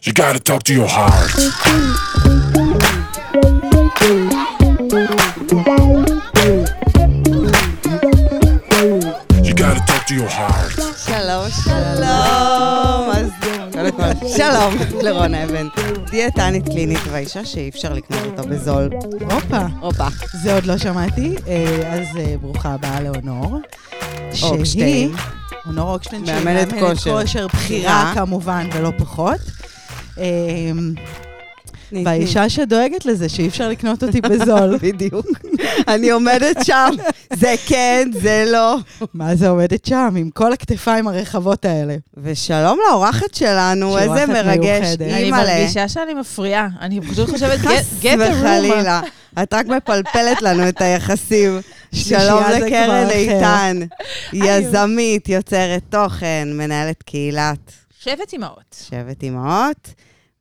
You gotta talk to your heart. You gotta talk to your heart. שלום, שלום. אז קודם כל, שלום לרון אבן, דיאטנית קלינית והאישה שאי אפשר לקנות אותה בזול. הופה. זה עוד לא שמעתי, אז ברוכה הבאה לאונור. אוקשטיין. אונור אוקשטיין, מאמנת כושר. בחירה כמובן ולא פחות. והאישה שדואגת לזה שאי אפשר לקנות אותי בזול. בדיוק. אני עומדת שם, זה כן, זה לא. מה זה עומדת שם, עם כל הכתפיים הרחבות האלה. ושלום לאורחת שלנו, איזה מרגש. אני מרגישה שאני מפריעה, אני פשוט חושבת, get a וחלילה. את רק מפלפלת לנו את היחסים. שלום לקרן איתן, יזמית, יוצרת תוכן, מנהלת קהילת. שבט אמהות. שבט אמהות.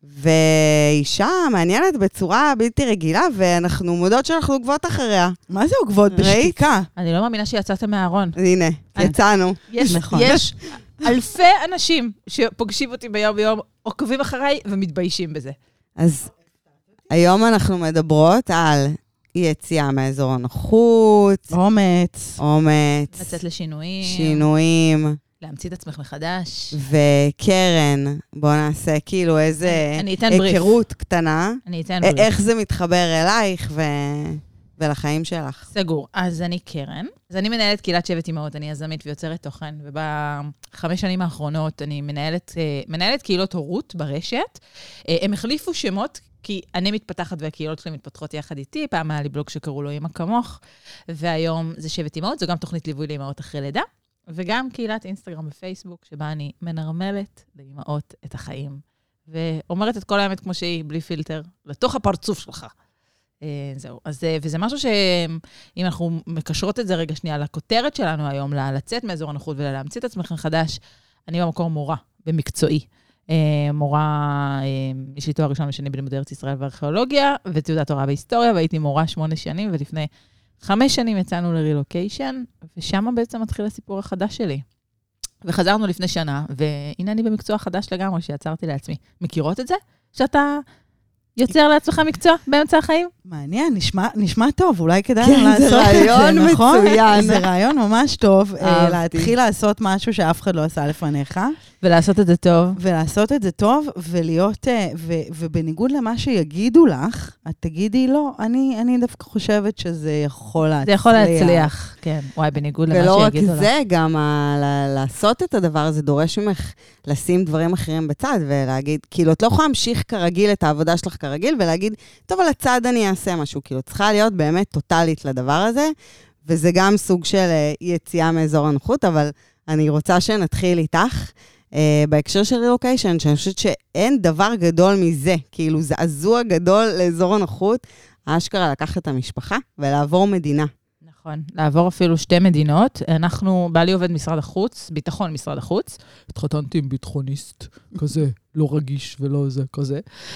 ואישה מעניינת בצורה בלתי רגילה, ואנחנו מודות שאנחנו עוקבות אחריה. מה זה עוקבות? בשתיקה. אני לא מאמינה שיצאת מהארון. הנה, יצאנו. יש אלפי אנשים שפוגשים אותי ביום עוקבים אחריי ומתביישים בזה. אז היום אנחנו מדברות על יציאה מאזור הנוחות. אומץ. לצאת לשינויים. שינויים. להמציא את עצמך מחדש. וקרן, בוא נעשה כאילו איזה היכרות קטנה. אני אתן בריף. איך זה מתחבר אלייך ולחיים שלך. סגור. אז אני קרן. אז אני מנהלת קהילת שבט אמהות, אני יזמית ויוצרת תוכן, וב5 שנים האחרונות אני מנהלת קהילות הורות ברשת. הם החליפו שמות, כי אני מתפתחת והקהילות שלי מתפתחות יחד איתי. פעם היה לי בלוג שקראו לו אמא כמוך, והיום זה שבט אמהות, זו גם תוכנית ליווי לאמהות אחרי לידה. וגם קהילת אינסטגרם ופייסבוק, שבה אני מנרמלת לאמהות את החיים, ואומרת את כל האמת כמו שהיא, בלי פילטר, לתוך הפרצוף שלך. זהו. אז, וזה משהו שאם אנחנו מקשרות את זה רגע שנייה, לכותרת שלנו היום, לצאת מאזור הנוחות ולהמציא את עצמך מחדש, אני במקור מורה, במקצועי. מורה, יש לי תואר ראשון ושני בלימודי ארץ ישראל וארכיאולוגיה, ותעודת הוראה בהיסטוריה, והייתי מורה 8 שנים, ולפני 5 שנים יצאנו לרילוקיישן, ושם בעצם מתחיל הסיפור החדש שלי. וחזרנו לפני שנה, והנה אני במקצוע חדש לגמרי שיצרתי לעצמי. מכירות את זה? שאתה יוצר לעצמך מקצוע באמצע החיים? מעניין, נשמע טוב, אולי כדאי לעשות את זה, זה רעיון מצוין. זה רעיון ממש טוב, להתחיל לעשות משהו שאף אחד לא עשה לפניך. ולעשות את זה טוב. ולעשות את זה טוב, ולהיות, ובניגוד למה שיגידו לך, את תגידי לא, אני דווקא חושבת שזה יכול להצליח. זה יכול להצליח, כן. וואי, בניגוד למה שיגידו לך. ולא רק זה, גם לעשות את הדבר הזה דורש ממך לשים דברים אחרים בצד, ולהגיד, כאילו, את לא יכולה להמשיך כרגיל את העבודה שלך כרגיל, ולהגיד, טוב, על הצד אני אעשה משהו. כאילו, צריכה להיות באמת טוטלית לדבר הזה, וזה גם סוג של יציאה מאזור הנוחות, אבל אני רוצה שנתחיל איתך, בהקשר של רילוקיישן, שאני חושבת שאין דבר גדול מזה, כאילו זעזוע גדול לאזור הנוחות, האשכרה לקחת את המשפחה ולעבור מדינה. נכון, לעבור אפילו 2 מדינות. בעלי עובד משרד החוץ, ביטחון משרד החוץ. התחתנתי עם ביטחוניסט, כזה, לא רגיש ולא זה, כזה.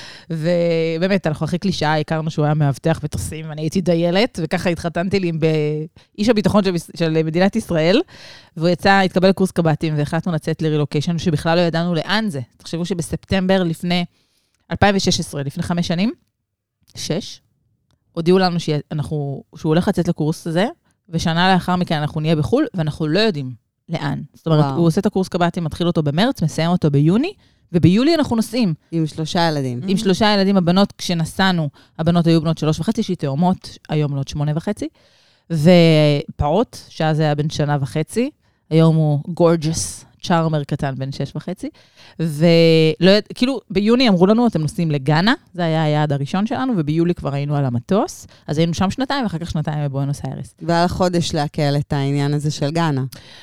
ובאמת, אנחנו הכי קלישאה, הכרנו שהוא היה מאבטח וטוסים, ואני הייתי דיילת, וככה התחתנתי לי באיש הביטחון של מדינת ישראל, והוא התקבל לקורס קב"טים, והחלטנו לצאת לרילוקיישן, שבכלל לא ידענו לאן זה. תחשבו שבספטמבר לפני 2016, לפני 5 שנים, 6, הודיעו לנו שהוא הולך לצאת לקורס הזה, ושנה לאחר מכן אנחנו נהיה בחול, ואנחנו לא יודעים לאן. זאת אומרת, הוא עושה את הקורס קב"טים, מתחיל אותו במרץ, מסיים אותו ביוני, וביולי אנחנו נוסעים. עם 3 ילדים. עם 3 ילדים, הבנות, כשנסענו, הבנות היו בנות 3.5, יש לי תאומות, היום בנות 8.5, ופעוט, שאז היה בן 1.5 שנה, היום הוא גורג'ס, צ'ארמר קטן בן 6.5, וכאילו ביוני אמרו לנו, אתם נוסעים לגאנה, זה היה היעד הראשון שלנו, וביולי כבר היינו על המטוס, אז היינו שם 2 ואחר כך 2 בבואנוס איירס. והיה חודש להקל את העניין הזה של גאנה.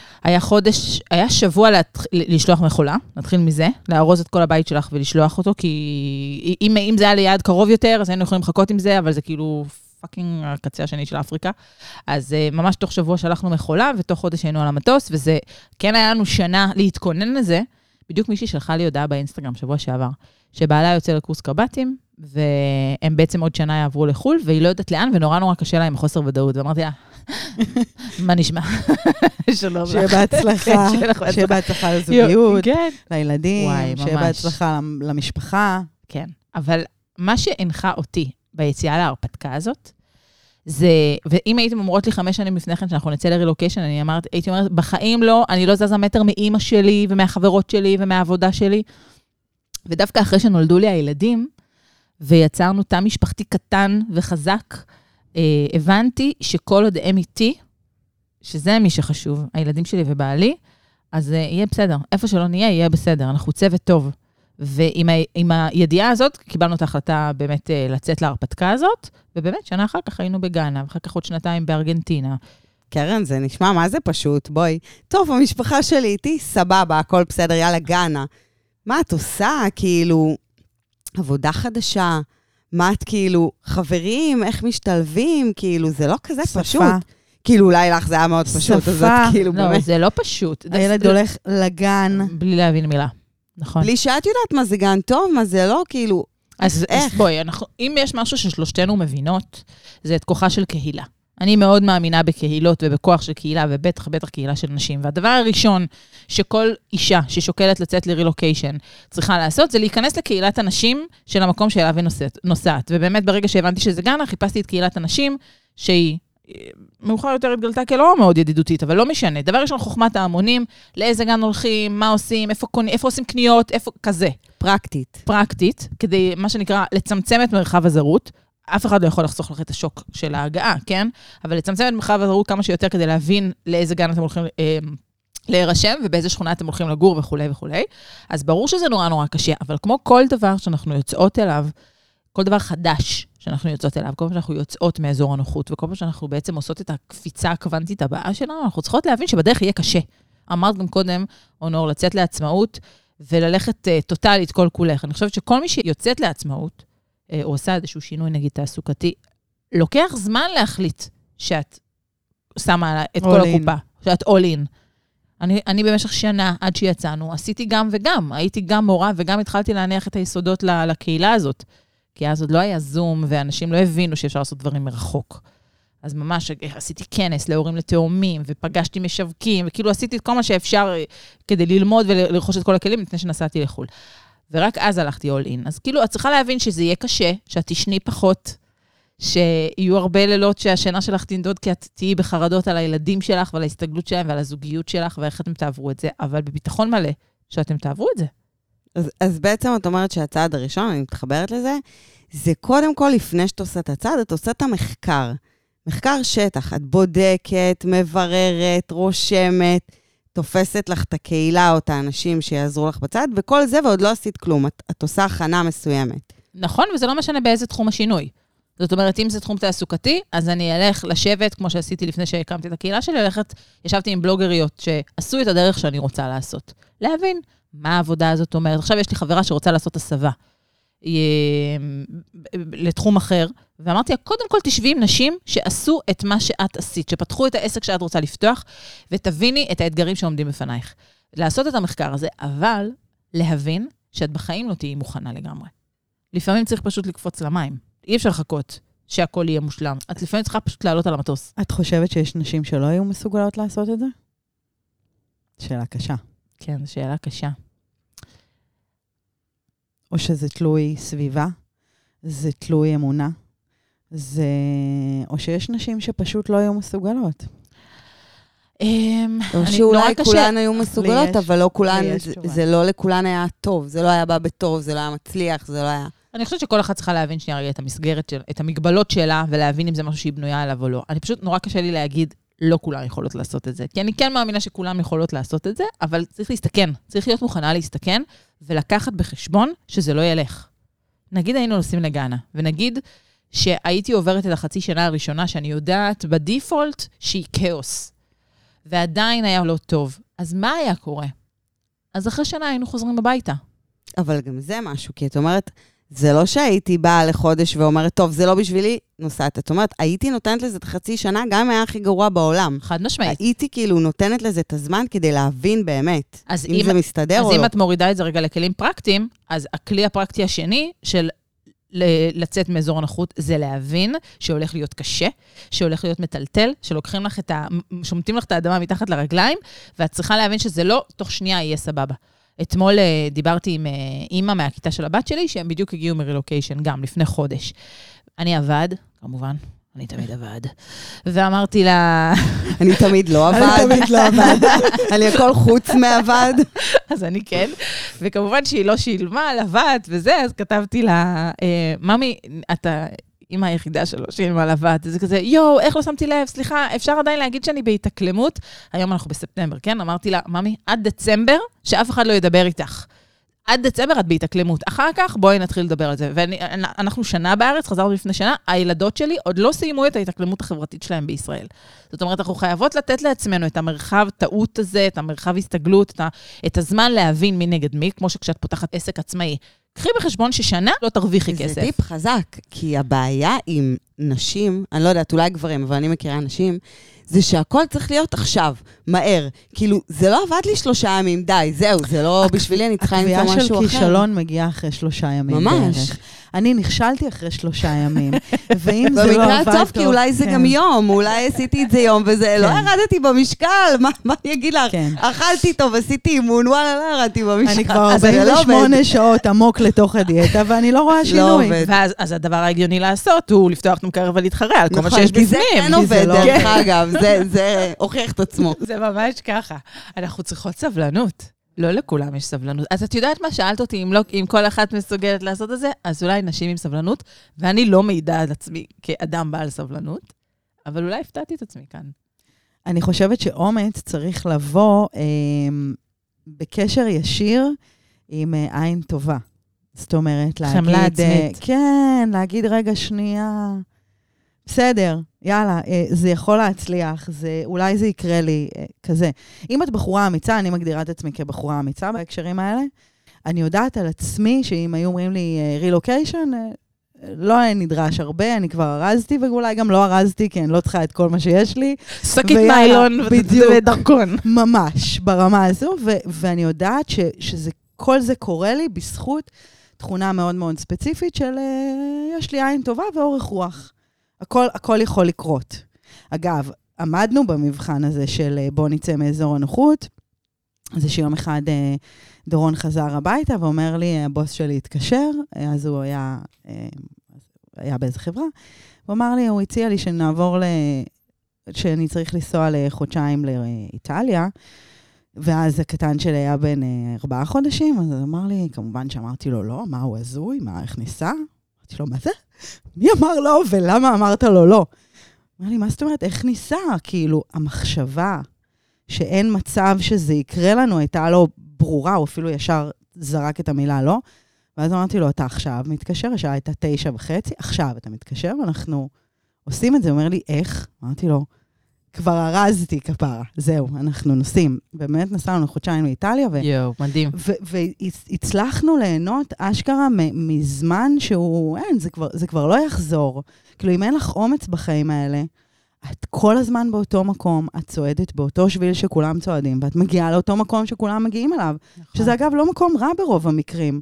היה שבוע לשלוח מכולה, נתחיל מזה, לארוז את כל הבית שלך ולשלוח אותו, כי אם זה היה ליעד קרוב יותר, אז היינו יכולים לחכות עם זה, אבל זה כאילו פאקינג הקצה השני של אפריקה. אז ממש תוך שבוע שלחנו מכולה, ותוך חודש היינו על המטוס, וזה כן היה לנו שנה להתכונן לזה. בדיוק מישהי שלחה לי הודעה באינסטגרם שבוע שעבר, שבעלה יוצא לקורס קב"טים, והם בעצם עוד שנה יעברו לחול, והיא לא יודעת לאן, ונורא נורא קשה לה עם חוסר ודאות. ואמרתי לה, מה נשמע? שלום לך. שיהיה בהצלחה, שיהיה בהצלחה לזוגיות, לילדים, שיהיה בהצלחה למשפחה. כן, אבל מה שהנחה אותי ביציאה להרפתקה הזאת, זה, ואם הייתם אומרות לי 5 שנים לפני כן שאנחנו נצא לרילוקיישן, הייתי אומרת, בחיים לא, אני לא זזה מטר מאמא שלי ומהחברות שלי ומהעבודה שלי. ודווקא אחרי שנולדו לי הילדים, ויצרנו תא משפחתי קטן וחזק, הבנתי שכל עוד הם איתי, שזה מי שחשוב, הילדים שלי ובעלי, אז יהיה בסדר. איפה שלא נהיה, יהיה בסדר. אנחנו צוות טוב. ועם הידיעה הזאת, קיבלנו את ההחלטה באמת לצאת להרפתקה הזאת, ובאמת, שנה אחר כך היינו בגאנה, ואחר כך עוד 2 בארגנטינה. קרן, זה נשמע מה זה פשוט, בואי. טוב, המשפחה שלי איתי, סבבה, הכל בסדר, יאללה, גאנה. מה את עושה? כאילו, עבודה חדשה, מה את כאילו, חברים, איך משתלבים, כאילו, זה לא כזה פשוט. כאילו, אולי לך זה היה מאוד פשוט, אז את כאילו באמת. לא, זה לא פשוט. הילד הולך לגן. בלי להבין מילה. נכון. בלי שאת יודעת מה זה גן טוב, מה זה לא, כאילו, אז בואי, אם יש משהו ששלושתנו מבינות, זה את כוחה של קהילה. אני מאוד מאמינה בקהילות ובכוח של קהילה, ובטח קהילה של נשים. והדבר הראשון שכל אישה ששוקלת לצאת לרילוקיישן צריכה לעשות, זה להיכנס לקהילת הנשים של המקום שאליו היא נוסעת. ובאמת ברגע שהבנתי שזה גאנה, חיפשתי את קהילת הנשים, שהיא מאוחר יותר התגלתה כלא מאוד ידידותית, אבל לא משנה. דבר ראשון, חוכמת ההמונים, לאיזה גן הולכים, מה עושים, איפה עושים קניות, איפה כזה. פרקטית, כדי, מה שנקרא, לצמצם את מרחב הזרות. אף אחד לא יכול לחסוך לך את השוק של ההגעה, כן? אבל לצמצם את מרחב הזרות כמה שיותר כדי להבין לאיזה גן אתם הולכים להירשם, ובאיזה שכונה אתם הולכים לגור וכו' וכו'. אז ברור שזה נורא נורא קשה, אבל כמו כל דבר שאנחנו יוצאות אליו, כל דבר חדש שאנחנו יוצאות אליו, כל פעם שאנחנו יוצאות מאזור הנוחות, וכל פעם שאנחנו בעצם עושות את הקפיצה הקוונטית הבאה שלנו, אנחנו צריכות להבין שבדרך יהיה קשה. אמרת גם קודם, אונור, לצאת לעצמאות, וללכת טוטלית כל כולך. אני חושבת שכל מי שיוצאת לעצמאות, או עושה איזשהו שינוי, נגיד, תעסוקתי, לוקח זמן להחליט שאת שמה את כל הקופה, שאת all in. אני במשך שנה, עד שיצאנו, עשיתי גם וגם. הייתי גם מורה, וגם התחלתי להניח את היסודות לקהילה הזאת. כי אז עוד לא היה זום, ואנשים לא הבינו שאפשר לעשות דברים מרחוק. אז ממש עשיתי כנס להורים לתאומים, ופגשתי משווקים, וכאילו עשיתי את כל מה שאפשר כדי ללמוד ולרכוש את כל הכלים לפני שנסעתי לחול. ורק אז הלכתי all in. אז כאילו, את צריכה להבין שזה יהיה קשה, שאת תשני פחות, שיהיו הרבה לילות שהשינה שלך תנדוד, כי את תהיי בחרדות על הילדים שלך, ועל ההסתגלות שלהם, ועל הזוגיות שלך, ואיך אתם תעברו את זה, אבל בביטחון מלא, שאתם תעברו את זה. אז בעצם את אומרת שהצעד הראשון, אני מתחברת לזה, זה קודם כל, לפני שאת עושה את הצעד, את עושה את המחקר. מחקר שטח, את בודקת, מבררת, רושמת, תופסת לך את הקהילה או את האנשים שיעזרו לך בצד, וכל זה, ועוד לא עשית כלום. את עושה הכנה מסוימת. נכון, וזה לא משנה באיזה תחום השינוי. זאת אומרת, אם זה תחום תעסוקתי, אז אני אלך לשבת, כמו שעשיתי לפני שהקמתי את הקהילה שלי, ישבתי עם בלוגריות שעשו את הדרך שאני רוצה לעשות. להבין מה העבודה הזאת אומרת. עכשיו יש לי חברה שרוצה לעשות הסבה לתחום אחר, ואמרתי, קודם כל תשבי עם נשים שעשו את מה שאת עשית, שפתחו את העסק שאת רוצה לפתוח, ותביני את האתגרים שעומדים בפנייך. לעשות את המחקר הזה, אבל להבין שאת בחיים לא תהיי מוכנה לגמרי. לפעמים צריך פשוט לקפוץ למים. אי אפשר לחכות שהכל יהיה מושלם. את לפעמים צריכה פשוט לעלות על המטוס. את חושבת שיש נשים שלא היו מסוגלות לעשות את זה? שאלה קשה. כן, זו שאלה קשה. או שזה תלוי סביבה, זה תלוי אמונה, או שיש נשים שפשוט לא היו מסוגלות. או שאולי כולן היו מסוגלות, אבל לא כולן, זה לא לכולן היה טוב, זה לא היה בא בטוב, זה לא היה מצליח, זה לא היה... אני חושבת שכל אחד צריכה להבין שנייה רגע את המסגרת, את המגבלות שלה, ולהבין אם זה משהו שהיא בנויה עליו או לא. אני פשוט נורא קשה לי להגיד, לא כולן יכולות לעשות את זה. כי אני כן מאמינה שכולן יכולות לעשות את זה, אבל צריך להסתכן, צריך להיות מוכנה להסתכן, ולקחת בחשבון שזה לא ילך. נגיד היינו נוסעים לגאנה, ונגיד שהייתי עוברת את החצי שנה הראשונה, שאני יודעת בדיפולט שהיא כאוס, ועדיין היה לא טוב. אז מה היה קורה? אז אחרי שנה היינו חוזרים הביתה. אבל גם זה משהו, כי את אומרת, זה לא שהייתי באה לחודש ואומרת, טוב, זה לא בשבילי, נוסעת. את אומרת, הייתי נותנת לזה את חצי שנה, גם היה הכי גרוע בעולם. חד משמעית. הייתי כאילו נותנת לזה את הזמן כדי להבין באמת, אם זה מסתדר או לא. אז אם את מורידה את זה רגע לכלים פרקטיים, אז הכלי הפרקטי השני של לצאת מאזור הנוחות, זה להבין שהולך להיות קשה, שהולך להיות מטלטל, שלוקחים לך שומטים לך את האדמה מתחת לרגליים, ואת צריכה להבין שזה לא תוך שנייה יהיה סבבה. אתמול דיברתי עם אימא מהכיתה של הבת שלי, שהם בדיוק הגיעו מרילוקיישן, גם לפני חודש. אני עבד, כמובן, אני תמיד עבד. ואמרתי לה... אני תמיד לא עבד. אני תמיד לא עבד. אני הכל חוץ מעבד. אז אני כן. וכמובן שהיא לא שילמה על עבד וזה, אז כתבתי לה, ממי, אתה... אמא היחידה שלו, שילמה על עבד. זה כזה, יו, איך לא שמתי לב? סליחה, אפשר עדיין להגיד שאני בהתאקלמות? היום אנחנו בספטמבר, כן? אמרתי לה, ממי, עד דצמבר, שאף אחד לא ידבר איתך. עד דצמבר את בהתאקלמות. אחר כך בואי נתחיל לדבר על זה. ואנחנו שנה בארץ, חזרנו לפני שנה, הילדות שלי עוד לא סיימו את ההתאקלמות החברתית שלהם בישראל. זאת אומרת, אנחנו חייבות לתת לעצמנו את המרחב טעות הזה, את המרחב הסתגלות, את הזמן להבין מי נגד מי, כמו שכשאת פותחת עסק עצמאי. קחי בחשבון ששנה לא תרוויחי כסף. זה טיפ חזק, כי הבעיה עם נשים, אני לא יודעת, אולי גברים, אבל אני מכירה נשים, זה שהכל צריך להיות עכשיו, מהר. כאילו, זה לא עבד לי 3 ימים, די, זהו, זה לא בשבילי, אני צריכה למצוא משהו אחר. הקביעה של כישלון מגיעה אחרי 3 ימים. ממש. אני נכשלתי אחרי 3 ימים, ואם זה לא עבד טוב... במקרה הטוב, כי אולי זה גם יום, אולי עשיתי את זה יום, וזה לא ירדתי במשקל, מה אני אגיד לך? אכלתי טוב, עשיתי אימון, וואלה, לא ירדתי במשקל. אני כבר 48 שעות עמוק לתוך הדיאטה, ואני לא רואה שינוי. ואז הדבר ההגיוני לעשות הוא לפתוח את המקרר ולהתחרע על כל מה שיש בפנים. זה אין עובד, דרך אגב, זה הוכיח את עצמו. זה ממש ככה. אנחנו צריכות סבלנות. לא לכולם יש סבלנות. אז את יודעת מה? שאלת אותי, אם כל אחת מסוגלת לעשות את זה, אז אולי נשים עם סבלנות, ואני לא מעידה על עצמי כאדם בעל סבלנות, אבל אולי הפתעתי את עצמי כאן. אני חושבת שאומץ צריך לבוא בקשר ישיר עם עין טובה. זאת אומרת, להגיד... חמלה עצמית. כן, להגיד רגע שנייה... בסדר, יאללה, זה יכול להצליח, אולי זה יקרה לי, כזה. אם את בחורה אמיצה, אני מגדירה את עצמי כבחורה אמיצה בהקשרים האלה, אני יודעת על עצמי שאם היו אומרים לי רילוקיישן, לא נדרש הרבה, אני כבר ארזתי, ואולי גם לא ארזתי, כי אני לא צריכה את כל מה שיש לי. שקית ניילון ודרכון. ממש, ברמה הזו, ואני יודעת שכל זה קורה לי בזכות תכונה מאוד מאוד ספציפית של יש לי עין טובה ואורך רוח. הכל יכול לקרות. אגב, עמדנו במבחן הזה של בוא נצא מאזור הנוחות, זה שיום אחד דורון חזר הביתה ואומר לי, הבוס שלי התקשר, אז הוא היה באיזה חברה, הוא אמר לי, הוא הציע לי שאני צריך לנסוע לחודשיים לאיטליה, ואז הקטן שלי היה בין 4 חודשים, אז הוא אמר לי, כמובן שאמרתי לו, לא, מה הוא הזוי, איך ניסה? אמרתי לו, מה זה? מי אמר לא, ולמה אמרת לו לא? אמר לי, מה זאת אומרת, איך ניסה? כאילו, המחשבה שאין מצב שזה יקרה לנו, הייתה לו ברורה, הוא אפילו ישר זרק את המילה לא, ואז אמרתי לו, אתה עכשיו מתקשר, השעה הייתה 9:30, עכשיו אתה מתקשר, ואנחנו עושים את זה, הוא אומר לי, איך? אמרתי לו, כבר ארזתי כפרה, זהו, אנחנו נוסעים. באמת נסענו לחודשיים לאיטליה, מדהים. והצלחנו ליהנות אשכרה מזמן שהוא, זה כבר לא יחזור. כאילו, אם אין לך אומץ בחיים האלה, את כל הזמן באותו מקום, את צועדת באותו שביל שכולם צועדים, ואת מגיעה לאותו מקום שכולם מגיעים אליו. שזה אגב לא מקום רע ברוב המקרים.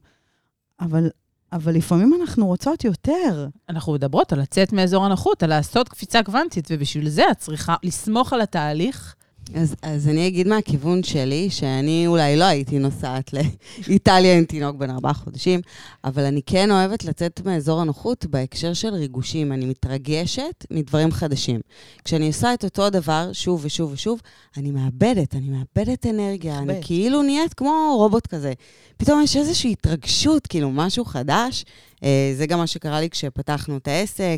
אבל לפעמים אנחנו רוצות יותר. אנחנו מדברות על לצאת מאזור הנוחות, על לעשות קפיצה קוונטית, ובשביל זה את צריכה לסמוך על התהליך. אז אני אגיד מהכיוון שלי, שאני אולי לא הייתי נוסעת לאיטליה עם תינוק בן 4 חודשים, אבל אני כן אוהבת לצאת מאזור הנוחות בהקשר של ריגושים. אני מתרגשת מדברים חדשים. כשאני עושה את אותו דבר שוב ושוב ושוב, אני מאבדת אנרגיה, אני כאילו נהיית כמו רובוט כזה. פתאום יש איזושהי התרגשות, כאילו משהו חדש. זה גם מה שקרה לי כשפתחנו את העסק.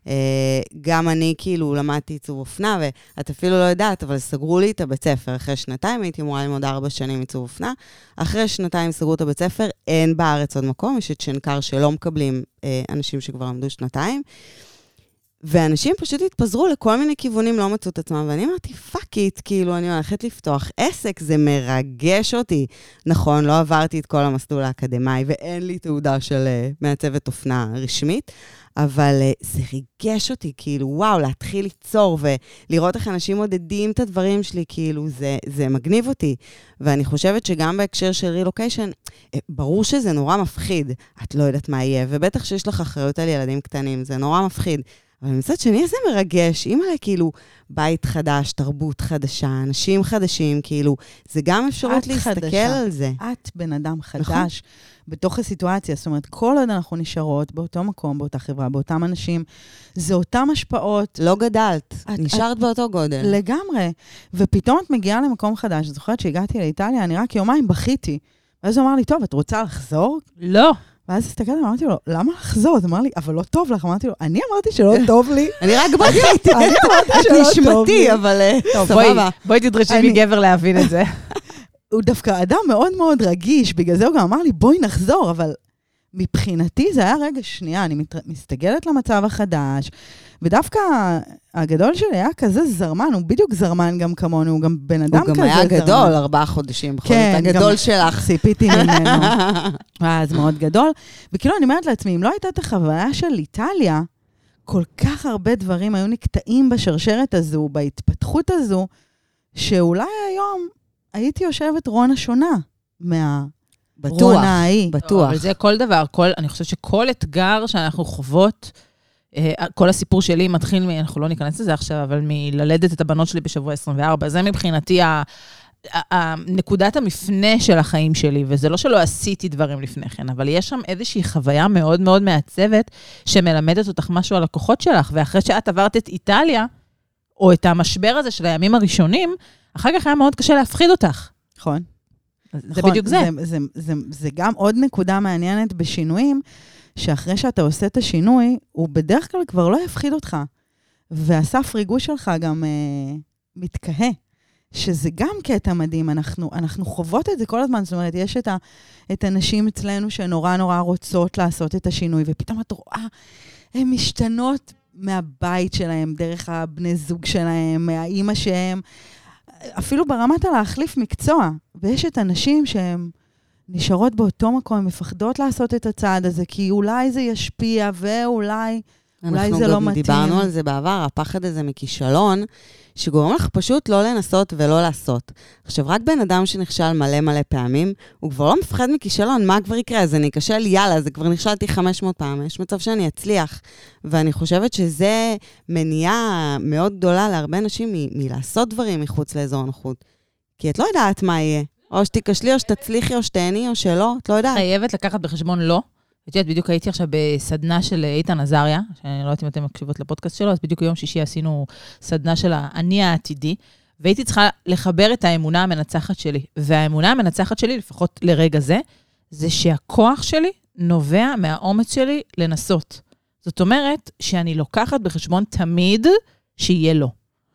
גם אני כאילו למדתי עיצוב אופנה, ואת אפילו לא יודעת, אבל סגרו לי את הבית ספר. אחרי 2 הייתי אמורה ללמוד 4 שנים עיצוב אופנה. אחרי 2 סגרו את הבית ספר, אין בארץ עוד מקום, יש את שנקר שלא מקבלים אנשים שכבר למדו 2. ואנשים פשוט התפזרו לכל מיני כיוונים, לא מצאו את עצמם, ואני אמרתי, פאק איט, כאילו, אני הולכת לפתוח עסק, זה מרגש אותי. נכון, לא עברתי את כל המסלול האקדמי, ואין לי תעודה של מעצבת אופנה רשמית, אבל זה ריגש אותי, כאילו, וואו, להתחיל ליצור, ולראות איך אנשים מודדים את הדברים שלי, כאילו, זה מגניב אותי. ואני חושבת שגם בהקשר של רילוקיישן, ברור שזה נורא מפחיד, את לא יודעת מה יהיה, ובטח שיש לך אחריות על ילדים קטנים, זה נורא מפחיד. אבל מצד שני זה מרגש, אימא כאילו בית חדש, תרבות חדשה, אנשים חדשים, כאילו, זה גם אפשרות להסתכל על זה. את בן אדם חדש בתוך הסיטואציה, זאת אומרת, כל עוד אנחנו נשארות באותו מקום, באותה חברה, באותם אנשים, זה אותם השפעות. לא גדלת, נשארת באותו גודל. לגמרי. ופתאום את מגיעה למקום חדש, זוכרת שהגעתי לאיטליה, אני רק יומיים בכיתי. ואז הוא אמר לי, טוב, את רוצה לחזור? לא. ואז הסתכלתי, אמרתי לו, למה לחזור? הוא אמר לי, אבל לא טוב לך. אמרתי לו, אני אמרתי שלא טוב לי. אני רק בכיתי. אני אמרתי שלא טוב לי. אבל סבבה. בואי תדרשי מגבר להבין את זה. הוא דווקא אדם מאוד מאוד רגיש, בגלל זה הוא גם אמר לי, בואי נחזור, אבל מבחינתי זה היה רגע שנייה, אני מסתגלת למצב החדש, ודווקא הגדול שלי היה כזה זרמן, הוא בדיוק זרמן גם כמונו, הוא גם בן אדם כזה זרמן. הוא גם היה גדול, 4 חודשים בכל זאת, הגדול שלך. ציפיתי ממנו. אז מאוד גדול. וכאילו אני אומרת לעצמי, אם לא הייתה את החוויה של איטליה, כל כך הרבה דברים היו נקטעים בשרשרת הזו, בהתפתחות הזו, שאולי היום הייתי יושבת רונה שונה רונה ההיא. בטוח. אבל זה כל דבר, אני חושבת שכל אתגר שאנחנו חוות, כל הסיפור שלי מתחיל אנחנו לא ניכנס לזה עכשיו, אבל מללדת את הבנות שלי בשבוע 24, זה מבחינתי נקודת המפנה של החיים שלי, וזה לא שלא עשיתי דברים לפני כן, אבל יש שם איזושהי חוויה מאוד מאוד מעצבת, שמלמדת אותך משהו על הכוחות שלך, ואחרי שאת עברת את איטליה, או את המשבר הזה של הימים הראשונים, אחר כך היה מאוד קשה להפחיד אותך. נכון. זה בדיוק זה. זה גם עוד נקודה מעניינת בשינויים, שאחרי שאתה עושה את השינוי, הוא בדרך כלל כבר לא יפחיד אותך. והסף ריגוש שלך גם מתקהה. שזה גם קטע מדהים, אנחנו חוות את זה כל הזמן, זאת אומרת, יש את הנשים אצלנו שנורא נורא רוצות לעשות את השינוי, ופתאום את רואה, הן משתנות מהבית שלהם, דרך הבני זוג שלהם, מהאימא שהם, אפילו ברמת להחליף מקצוע, ויש את הנשים שהן נשארות באותו מקום, מפחדות לעשות את הצעד הזה, כי אולי זה ישפיע, ואולי זה לא מתאים. אנחנו גם דיברנו על זה בעבר, הפחד הזה מכישלון, שגורם לך פשוט לא לנסות ולא לעשות. עכשיו, רק בן אדם שנכשל מלא מלא פעמים, הוא כבר לא מפחד מכישלון, מה כבר יקרה? אז אני אכשל, יאללה, זה כבר נכשלתי 500 פעם, יש מצב שאני אצליח. ואני חושבת שזה מניעה מאוד גדולה להרבה אנשים מלעשות דברים מחוץ לאזור הנוחות. כי את לא יודעת מה יהיה. או שתיכשלי, או שתצליחי, או שתהני, או שלא, את לא יודעת. חייבת לקחת בחשבון לא. בדיוק הייתי עכשיו בסדנה של איתן עזריה, שאני לא יודעת אם אתם מקשיבות לפודקאסט שלו, אז בדיוק יום שישי עשינו סדנה של אני העתידי, והייתי צריכה לחבר את האמונה המנצחת שלי. והאמונה המנצחת שלי, לפחות לרגע זה, זה שהכוח שלי נובע מהאומץ שלי לנסות. זאת אומרת שאני לוקחת בחשבון תמיד שיהיה לא.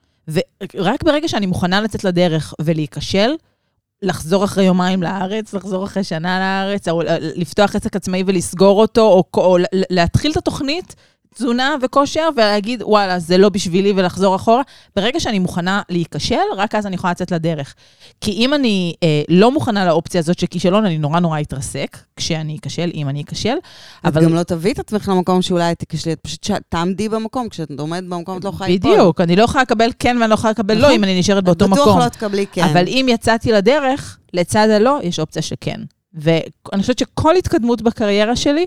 ורק ברגע שאני מוכנה לצאת לדרך ולהיכשל, לחזור אחרי יומיים לארץ, לחזור אחרי שנה לארץ, או לפתוח עסק עצמאי ולסגור אותו, או להתחיל את התוכנית, תזונה וכושר, ולהגיד, וואלה, זה לא בשבילי, ולחזור אחורה. ברגע שאני מוכנה להיכשל, רק אז אני יכולה לצאת לדרך. כי אם אני לא מוכנה לאופציה הזאת שכישלון, אני נורא נורא אתרסק, כשאני אכשל, אם אני אכשל. את גם לא תביא את עצמך למקום שאולי תכשלי, את פשוט תעמדי במקום, כשאת עומדת במקום, את לא יכולה ליפול. בדיוק, אני לא יכולה לקבל כן, ואני לא יכולה לקבל לא, אם אני נשארת באותו מקום. בטוח לא תקבלי כן. אבל אם יצאתי לדרך, לצד הלא, יש אופציה שכן. ואני חושבת שכל התקדמות בקריירה שלי,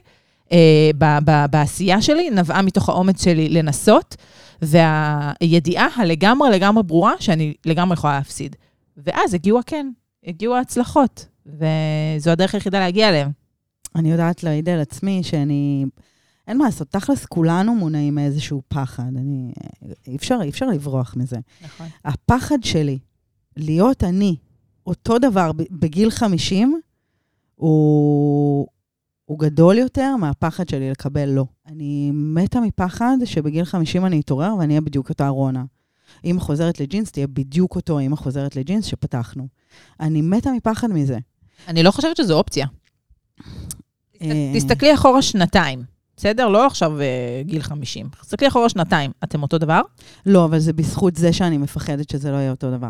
בעשייה שלי, נבעה מתוך האומץ שלי לנסות, והידיעה לגמרי ברורה, שאני לגמרי יכולה להפסיד. ואז הגיעו ההצלחות, וזו הדרך היחידה להגיע אליהם. אני יודעת להעיד על עצמי אין מה לעשות, תכלס כולנו מונעים מאיזשהו פחד, אי אפשר לברוח מזה. נכון. הפחד שלי, להיות אני, אותו דבר בגיל 50, הוא גדול יותר מהפחד שלי לקבל לא. אני מתה מפחד שבגיל 50 אני אתעורר ואני אהיה בדיוק אותה רונה. אמא חוזרת לג'ינס, תהיה בדיוק אותו אמא חוזרת לג'ינס שפתחנו. אני מתה מפחד מזה. אני לא חושבת שזו אופציה. תסתכלי אחורה שנתיים. בסדר? לא עכשיו גיל 50. תסתכלי אחורה 2, אתם אותו דבר? לא, אבל זה בזכות זה שאני מפחדת שזה לא יהיה אותו דבר.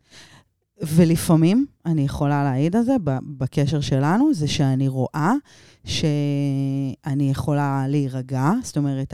ולפעמים, אני יכולה להעיד על זה, בקשר שלנו, זה שאני רואה שאני יכולה להירגע, זאת אומרת,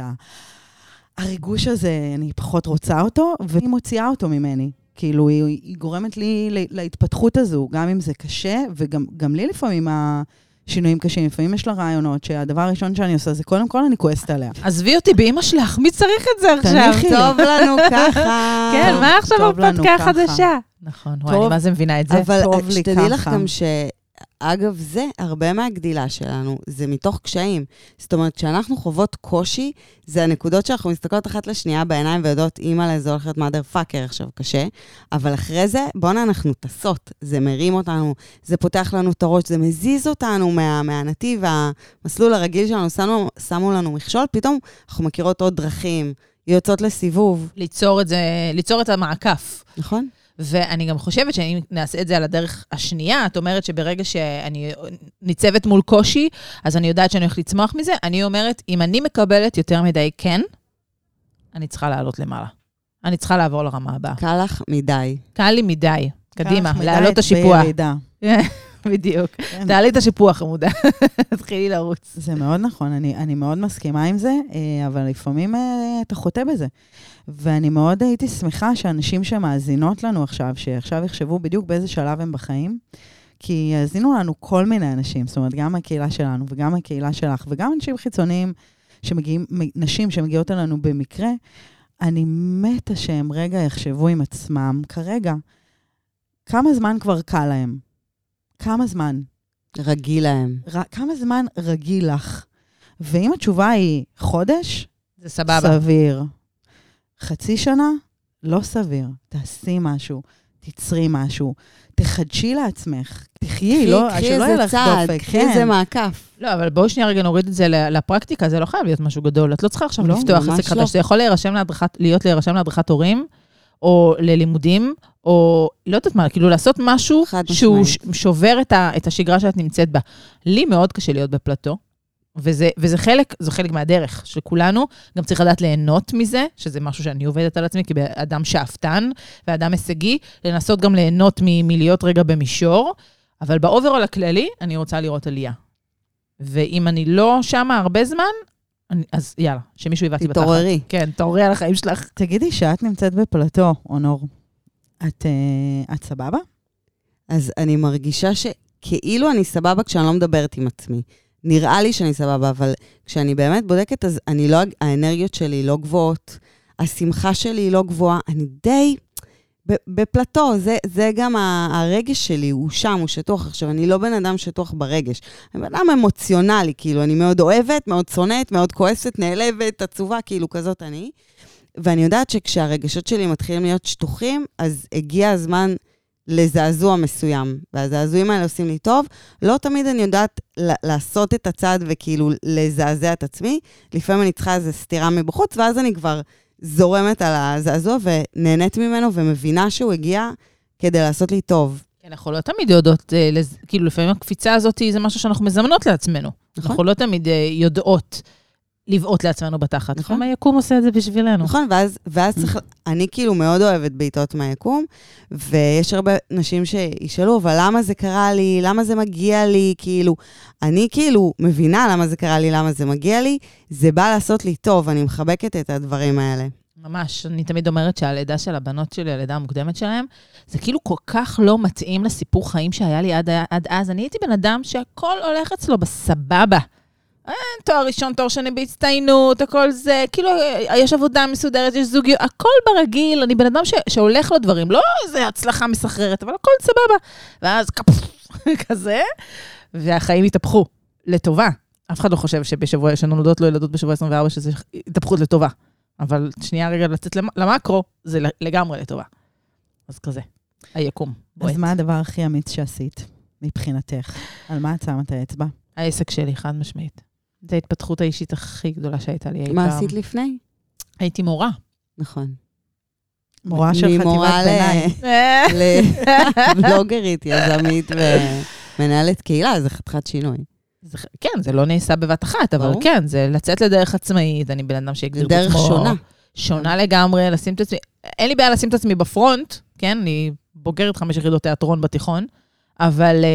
הריגוש הזה, אני פחות רוצה אותו, והיא מוציאה אותו ממני. כאילו, היא גורמת לי להתפתחות הזו, גם אם זה קשה, וגם לי לפעמים השינויים קשים, לפעמים יש לה רעיונות, שהדבר הראשון שאני עושה זה קודם כל אני כועסת עליה. עזבי אותי באמא שלך, מי צריך את זה עכשיו? תניחי. טוב לנו ככה. כן, מה עכשיו טוב לנו הרפתקה ככה. חדשה? נכון, וואי, אני מה זה מבינה את זה? אבל טוב לי שתדעי לך ככה. גם אגב, זה הרבה מהגדילה שלנו, זה מתוך קשיים. זאת אומרת, כשאנחנו חוות קושי, זה הנקודות שאנחנו מסתכלות אחת לשנייה בעיניים ויודעות, אימא לזה הולכת mother fucker עכשיו קשה, אבל אחרי זה, בוא'נה, אנחנו טסות, זה מרים אותנו, זה פותח לנו את הראש, זה מזיז אותנו מהנתיב, המסלול הרגיל שלנו, שמו לנו מכשול, פתאום אנחנו מכירות עוד דרכים, יוצאות לסיבוב. ליצור את המעקף. נכון? ואני גם חושבת שאם נעשה את זה על הדרך השנייה, את אומרת שברגע שאני ניצבת מול קושי, אז אני יודעת שאני הולכת לצמוח מזה, אני אומרת, אם אני מקבלת יותר מדי כן, אני צריכה לעלות למעלה. אני צריכה לעבור לרמה הבאה. קל לך מדי. קל לי מדי. קדימה, קל לך לעלות את מדי השיפוע. בירידה. בדיוק. כן. תעלי את השיפוע, חמודה. תתחילי לרוץ. זה מאוד נכון, אני מאוד מסכימה עם זה, אבל לפעמים אתה חוטא בזה. ואני מאוד הייתי שמחה שאנשים שמאזינות לנו עכשיו, שעכשיו יחשבו בדיוק באיזה שלב הם בחיים, כי יאזינו לנו כל מיני אנשים, זאת אומרת, גם הקהילה שלנו וגם הקהילה שלך, וגם אנשים חיצוניים שמגיעים, נשים שמגיעות אלינו במקרה, אני מתה שהם רגע יחשבו עם עצמם, כרגע, כמה זמן כבר קל להם? כמה זמן? רגיל להם. כמה זמן רגיל לך? ואם התשובה היא חודש, זה סבבה. סביר. חצי שנה, לא סביר. תעשי משהו, תצרי משהו, תחדשי לעצמך, תחיי, שלא יהיה לך דופק. קחי איזה מעקף. לא, אבל בואו שנייה רגע נוריד את זה לפרקטיקה, זה לא חייב להיות משהו גדול. את לא צריכה עכשיו לפתוח עסק חדש. זה יכול להירשם להדרכת הורים, או ללימודים, או לא יודעת מה, כאילו לעשות משהו שהוא שובר את השגרה שאת נמצאת בה. לי מאוד קשה להיות בפלטו, וזה חלק מהדרך של כולנו, גם צריך לדעת ליהנות מזה, שזה משהו שאני עובדת על עצמי, כי באדם שאפתן, ואדם הישגי, לנסות גם ליהנות מלהיות רגע במישור, אבל באוברול הכללי, אני רוצה לראות עלייה. ואם אני לא שמה הרבה זמן, אז יאללה, שמישהו יבט לי בתחת. תתעוררי. כן, תתעוררי על החיים שלך. תגידי שאת נמצאת בפלטו, אונור. את סבבה? אז אני מרגישה שכאילו אני סבבה כשאני לא מדברת עם עצמי. נראה לי שאני סבבה, אבל כשאני באמת בודקת, אז האנרגיות שלי לא גבוהות, השמחה שלי לא גבוהה, אני די בפלטו, זה גם הרגש שלי, הוא שם, הוא שטוח. עכשיו, אני לא בן אדם שטוח ברגש. אני בן אדם אמוציונלי, כאילו, אני מאוד אוהבת, מאוד שונאת, מאוד כועסת, נעלבת, עצובה, כאילו, כזאת אני. ואני יודעת שכשהרגשות שלי מתחילים להיות שטוחים, אז הגיע הזמן לזעזוע מסוים. והזעזועים האלה עושים לי טוב. לא תמיד אני יודעת לעשות את הצעד וכאילו לזעזע את עצמי. לפעמים אני צריכה איזו סתירה מבחוץ, ואז אני כבר זורמת על הזעזוע ונהנית ממנו ומבינה שהוא הגיע כדי לעשות לי טוב. כן, אנחנו לא תמיד יודעות, כאילו לפעמים הקפיצה הזאת זה משהו שאנחנו מזמנות לעצמנו. נכון. אנחנו לא תמיד יודעות לבעוט לעצמנו בתחת. נכון. לפעמים היקום עושה את זה בשבילנו. נכון, ואז צריך, אני כאילו מאוד אוהבת בעיטות מהיקום, ויש הרבה נשים שישאלו, אבל למה זה קרה לי? למה זה מגיע לי? כאילו, אני כאילו מבינה למה זה קרה לי, למה זה מגיע לי, זה בא לעשות לי טוב, אני מחבקת את הדברים האלה. ממש, אני תמיד אומרת שהלידה של הבנות שלי, הלידה המוקדמת שלהם, זה כאילו כל כך לא מתאים לסיפור חיים שהיה לי עד אז. אני הייתי בן אדם שהכל הולך אצלו בסבבה. תואר ראשון, תואר שני בהצטיינות, הכל זה, כאילו, יש עבודה מסודרת, יש זוגיות, הכל ברגיל, אני בן אדם שהולך לדברים, לא איזה הצלחה מסחררת, אבל הכל סבבה. ואז כזה, והחיים התהפכו לטובה. אף אחד לא חושב שבשבוע, שנולדות לו ילדות בשבוע 24, שזה התהפכות לטובה. אבל שנייה רגע לצאת למקרו, זה לגמרי לטובה. אז כזה, היקום. אז מה הדבר הכי אמיץ שעשית, מבחינתך? על מה את שמת האצבע? העסק שלי, חד משמעית. זו ההתפתחות האישית הכי גדולה שהייתה לי. מה עשית לפני? הייתי מורה. נכון. מורה של חטיבת ביניים. לבלוגרית, יזמית ומנהלת קהילה, זה חתיכת שינוי. כן, זה לא נעשה בבת אחת, אבל כן, זה לצאת לדרך עצמאית, אני בן אדם שהגדיר את עצמו. דרך שונה. שונה לגמרי, לשים את עצמי, אין לי בעיה לשים את עצמי בפרונט, כן, אני בוגרת 5 יחידות תיאטרון בתיכון, אבל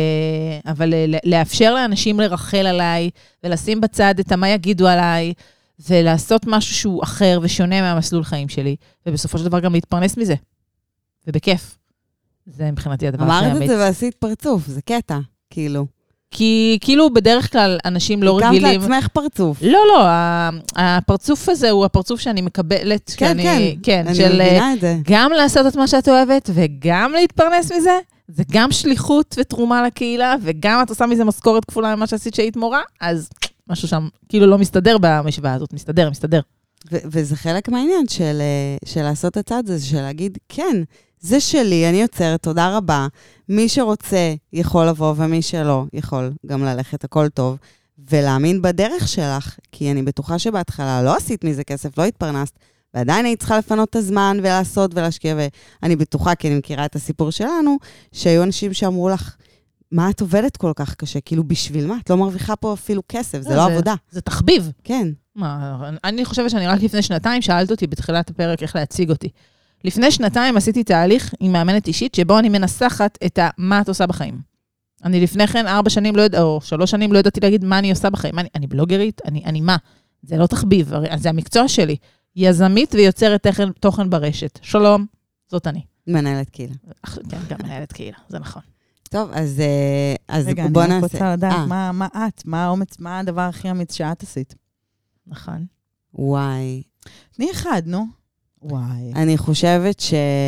לאפשר לאנשים לרחל עליי, ולשים בצד את מה יגידו עליי, ולעשות משהו שהוא אחר ושונה מהמסלול חיים שלי, ובסופו של דבר גם להתפרנס מזה. ובכיף. זה מבחינתי הדבר הכי אמיץ. אמרת את זה ועשית פרצוף, זה קטע, כאילו. כי כאילו בדרך כלל אנשים לא רגילים... הקמת לעצמך פרצוף. לא, הפרצוף הזה הוא הפרצוף שאני מקבלת. כן, אני של מבינה את זה. גם לעשות את מה שאת אוהבת, וגם להתפרנס מזה, זה גם שליחות ותרומה לקהילה, וגם את עושה מזה משכורת כפולה ממה שעשית שהיית מורה, אז משהו שם כאילו לא מסתדר במשוואה הזאת, מסתדר. וזה חלק מהעניין של לעשות את הצעד הזה, של להגיד, כן, זה שלי, אני יוצרת, תודה רבה. מי שרוצה יכול לבוא, ומי שלא יכול גם ללכת, הכל טוב, ולהאמין בדרך שלך, כי אני בטוחה שבהתחלה לא עשית מזה כסף, לא התפרנסת, ועדיין היית צריכה לפנות את הזמן ולעשות ולהשקיע, ואני בטוחה, כי אני מכירה את הסיפור שלנו, שהיו אנשים שאמרו לך, מה את עובדת כל כך קשה? כאילו, בשביל מה? את לא מרוויחה פה אפילו כסף, זה לא עבודה. זה תחביב. כן. אני חושבת שאני רק לפני 2 שאלת אותי בתחילת הפרק איך להציג אותי. לפני 2 עשיתי תהליך עם מאמנת אישית, שבו אני מנסחת את מה את עושה בחיים. אני לפני כן 4 שנים או 3 שנים לא ידעתי להגיד מה אני עושה בחיים. אני בלוגרית, אני מה? זה לא תחביב, זה המקצוע שלי. יזמית ויוצרת תוכן ברשת. שלום, זאת אני. מנהלת קהילה. כן, גם מנהלת קהילה, זה נכון. טוב, אז רגע, בוא נעשה. אני רק רוצה לדעת, מה את? מה הדבר הכי אמיץ שאת עשית? נכון. וואי. תני אחד, נו. וואי. אני חושבת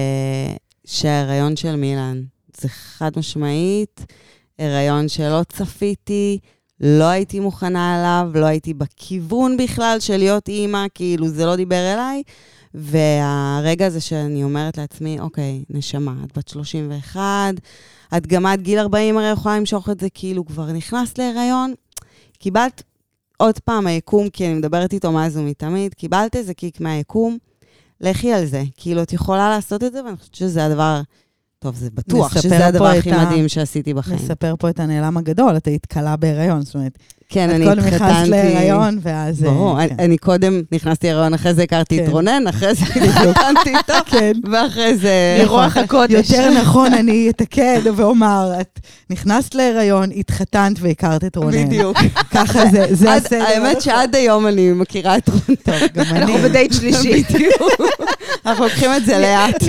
שההיריון של מילן, זה חד משמעית, הריון שלא צפיתי, לא הייתי מוכנה עליו, לא הייתי בכיוון בכלל של להיות אימא, כאילו זה לא דיבר אליי, והרגע הזה שאני אומרת לעצמי, אוקיי, נשמה, את בת 31, את גם עד גיל 40 הרי יכולה למשוך את זה, כאילו כבר נכנסת להיריון, קיבלת עוד פעם היקום, כי אני מדברת איתו מאז ומתמיד, קיבלת איזה קיק מהיקום, לכי על זה, כאילו את יכולה לעשות את זה, ואני חושבת שזה הדבר, טוב, זה בטוח שזה הדבר הכי מדהים שעשיתי בחיים. נספר פה את הנעלם הגדול, אתה התקלה בהיריון, זאת אומרת, כן, אני התחתנתי. את קודם נכנסת להיריון, ואז... ברור, אני קודם נכנסתי להיריון, אחרי זה הכרתי את רונן, אחרי זה התחתנתי איתו, ואחרי זה... מרוח הקודש. יותר נכון, אני אתקן ואומר, את נכנסת להיריון, התחתנת והכרת את רונן. בדיוק. ככה זה הסדר. האמת שעד היום אני מכירה את רונן. טוב, גם אני. אנחנו בדייט שלישי. אנחנו לוקחים את זה לאט.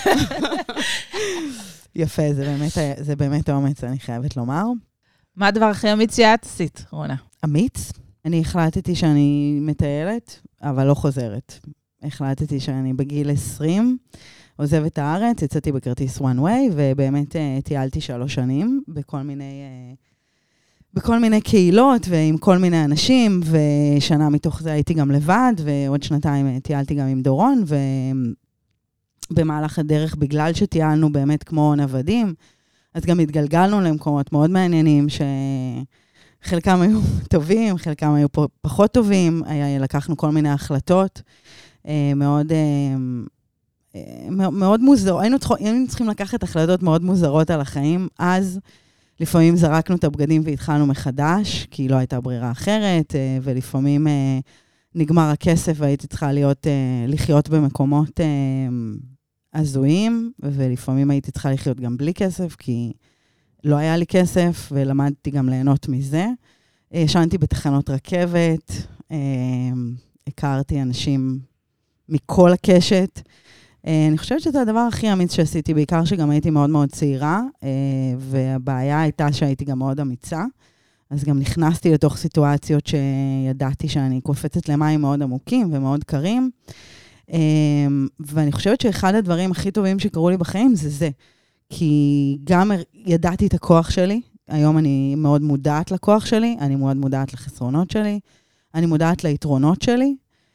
יפה, זה באמת האומץ, אני חייבת לומר. מה הדבר הכי אמיץ שאת עשית, רונה? אמיץ? אני החלטתי שאני מטיילת, אבל לא חוזרת. החלטתי שאני בגיל 20, עוזבת את הארץ, יצאתי בכרטיס one way, ובאמת טיילתי 3 שנים בכל מיני קהילות ועם כל מיני אנשים, ושנה מתוך זה הייתי גם לבד, ועוד 2 טיילתי גם עם דורון, ובמהלך הדרך, בגלל שטיילנו באמת כמו נוודים, אז גם התגלגלנו למקומות מאוד מעניינים, שחלקם היו טובים, חלקם היו פחות טובים, לקחנו כל מיני החלטות מאוד מוזרות, היינו צריכים לקחת החלטות מאוד מוזרות על החיים, אז לפעמים זרקנו את הבגדים והתחלנו מחדש, כי לא הייתה ברירה אחרת, ולפעמים נגמר הכסף והייתי צריכה לחיות במקומות הזויים, ולפעמים הייתי צריכה לחיות גם בלי כסף, כי לא היה לי כסף, ולמדתי גם ליהנות מזה. ישנתי בתחנות רכבת, הכרתי אנשים מכל הקשת. אני חושבת שזה הדבר הכי אמיץ שעשיתי, בעיקר שגם הייתי מאוד מאוד צעירה, והבעיה הייתה שהייתי גם מאוד אמיצה, אז גם נכנסתי לתוך סיטואציות שידעתי שאני קופצת למים מאוד עמוקים ומאוד קרים, ואני חושבת שאחד הדברים הכי טובים שקרו לי בחיים זה. כי גם ידעתי את הכוח שלי, היום אני מאוד מודעת לכוח שלי, אני מאוד מודעת לחסרונות שלי, אני מודעת ליתרונות שלי,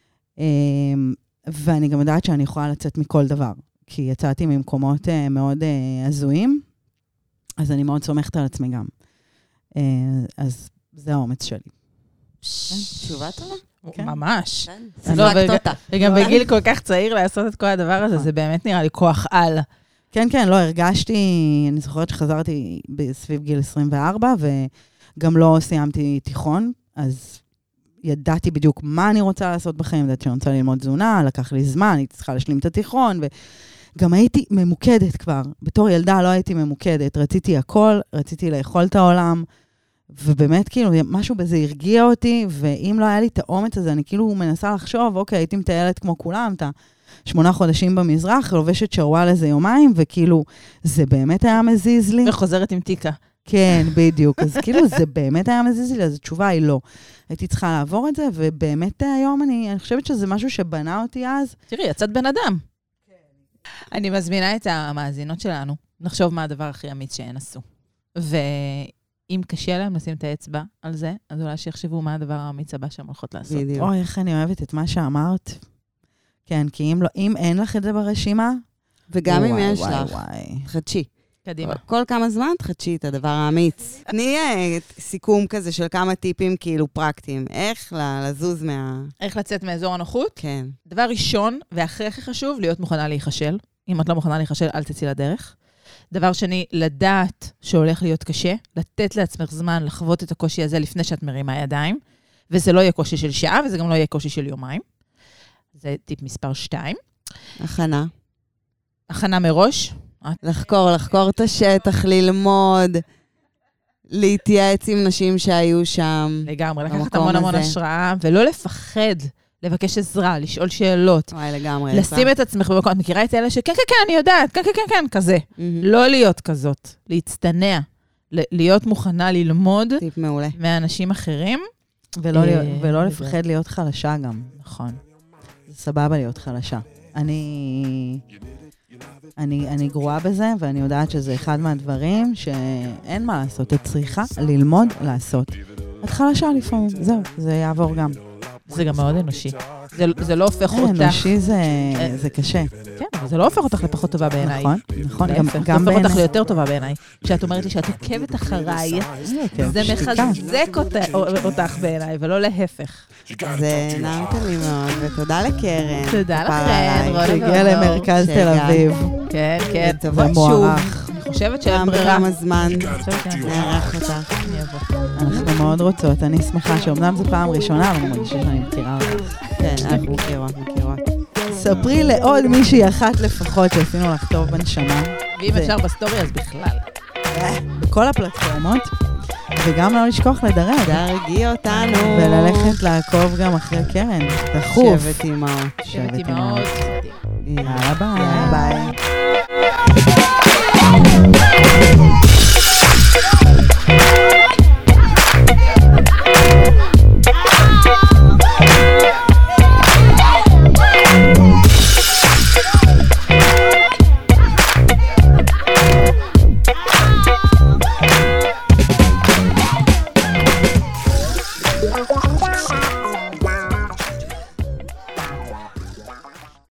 ואני גם יודעת שאני יכולה לצאת מכל דבר, כי יצאתי ממקומות מאוד הזויים, אז אני מאוד סומכת על עצמי גם. אז זה האומץ שלי. תשובה טובה? ממש. זרקת אותה. וגם בגיל כל כך צעיר לעשות את כל הדבר הזה, זה באמת נראה לי כוח על. כן, כן, לא, הרגשתי, אני זוכרת שחזרתי בסביב גיל 24, גם לא סיימתי תיכון, אז ידעתי בדיוק מה אני רוצה לעשות בחיים, ידעתי שאני רוצה ללמוד תזונה, לקח לי זמן, הייתי צריכה להשלים את התיכון, וגם הייתי ממוקדת כבר. בתור ילדה לא הייתי ממוקדת, רציתי הכל, רציתי לאכול את העולם, ובאמת כאילו משהו בזה הרגיע אותי, ואם לא היה לי את האומץ הזה, אני כאילו מנסה לחשוב, אוקיי, הייתי מטיילת כמו כולם, אתה 8 חודשים במזרח, לובשת שרוואל איזה יומיים, וכאילו זה באמת היה מזיז לי. וחוזרת עם טיקה. כן, בדיוק. אז כאילו זה באמת היה מזיז לי, אז התשובה היא לא. הייתי צריכה לעבור את זה, ובאמת היום אני חושבת שזה משהו שבנה אותי אז. תראי, יצאת בן אדם. אני מזמינה את המאזינות שלנו, נחשוב מה הדבר הכי אמיץ שהן עשו. ואם קשה להם לשים את האצבע על זה, אז אולי שיחשבו מה הדבר האמיץ הבא שהן הולכות לעשות. בדיוק. אוי, איך אני אוהבת את מה שאמרת. כן, כי אם אין לך את זה ברשימה, וגם אם יש וואי, לך, וואי. תחדשי. קדימה. כל כמה זמן תחדשי את הדבר האמיץ. תני סיכום כזה של כמה טיפים כאילו פרקטיים. איך לזוז איך לצאת מאזור הנוחות? כן. דבר ראשון, והכי הכי חשוב, להיות מוכנה להיחשל. אם את לא מוכנה להיחשל, אל תצאי לדרך. דבר שני, לדעת שהולך להיות קשה, לתת לעצמך זמן לחוות את הקושי הזה לפני שאת מרימה ידיים, וזה לא יהיה קושי של שעה, וזה גם לא יהיה קושי של יומיים. זה טיפ מספר 2. הכנה מראש. לחקור את השטח, ללמוד, להתייעץ עם נשים שהיו שם. לגמרי, לקחת המון השראה, ולא לפחד לבקש עזרה, לשאול שאלות. וואי, לגמרי. לשים את עצמך במקום. את מכירה את אלה שכן, כן, כן, אני יודעת, כן, כן, כן, כן, כזה. לא להיות כזאת, להצטנע, להיות מוכנה ללמוד טיפ מעולה. מאנשים אחרים. ולא לפחד להיות חלשה גם. נכון. זה סבבה להיות חלשה. אני גרועה בזה, ואני יודעת שזה אחד מהדברים שאין מה לעשות. את צריכה ללמוד לעשות. את חלשה לפעמים, זהו, זה יעבור גם. זה גם מאוד אנושי. זה לא הופך אותך... אנושי זה קשה. כן, אבל זה לא הופך אותך לפחות טובה בעיניי. נכון. זה הופך אותך ליותר טובה בעיניי. כשאת אומרת לי שאת עוקבת אחריי, זה מחזק אותך בעיניי, ולא להפך. זה נעמת לי מאוד, ותודה לקרן. תודה לכן. שהגיעה למרכז תל אביב. כן, כן. ומוערך. אני חושבת שאין פעם ברירה. בכמה זמן נערך אותך. אני אבוא. אנחנו מאוד רוצות. אני שמחה שאומנם זו פעם ראשונה, אבל אני מרגישה שאני מכירה אותך. כן, אנחנו מכירות. ספרי לעוד מישהי אחת לפחות שעשינו לך טוב בנשמה. ואם אפשר בסטורי, אז בכלל. בכל הפלטפורמות. וגם לא לשכוח לדרג. דרגי אותנו. וללכת לעקוב גם אחרי קרן. דחוף. שבט אימהות. שבט אימהות. יאללה ביי.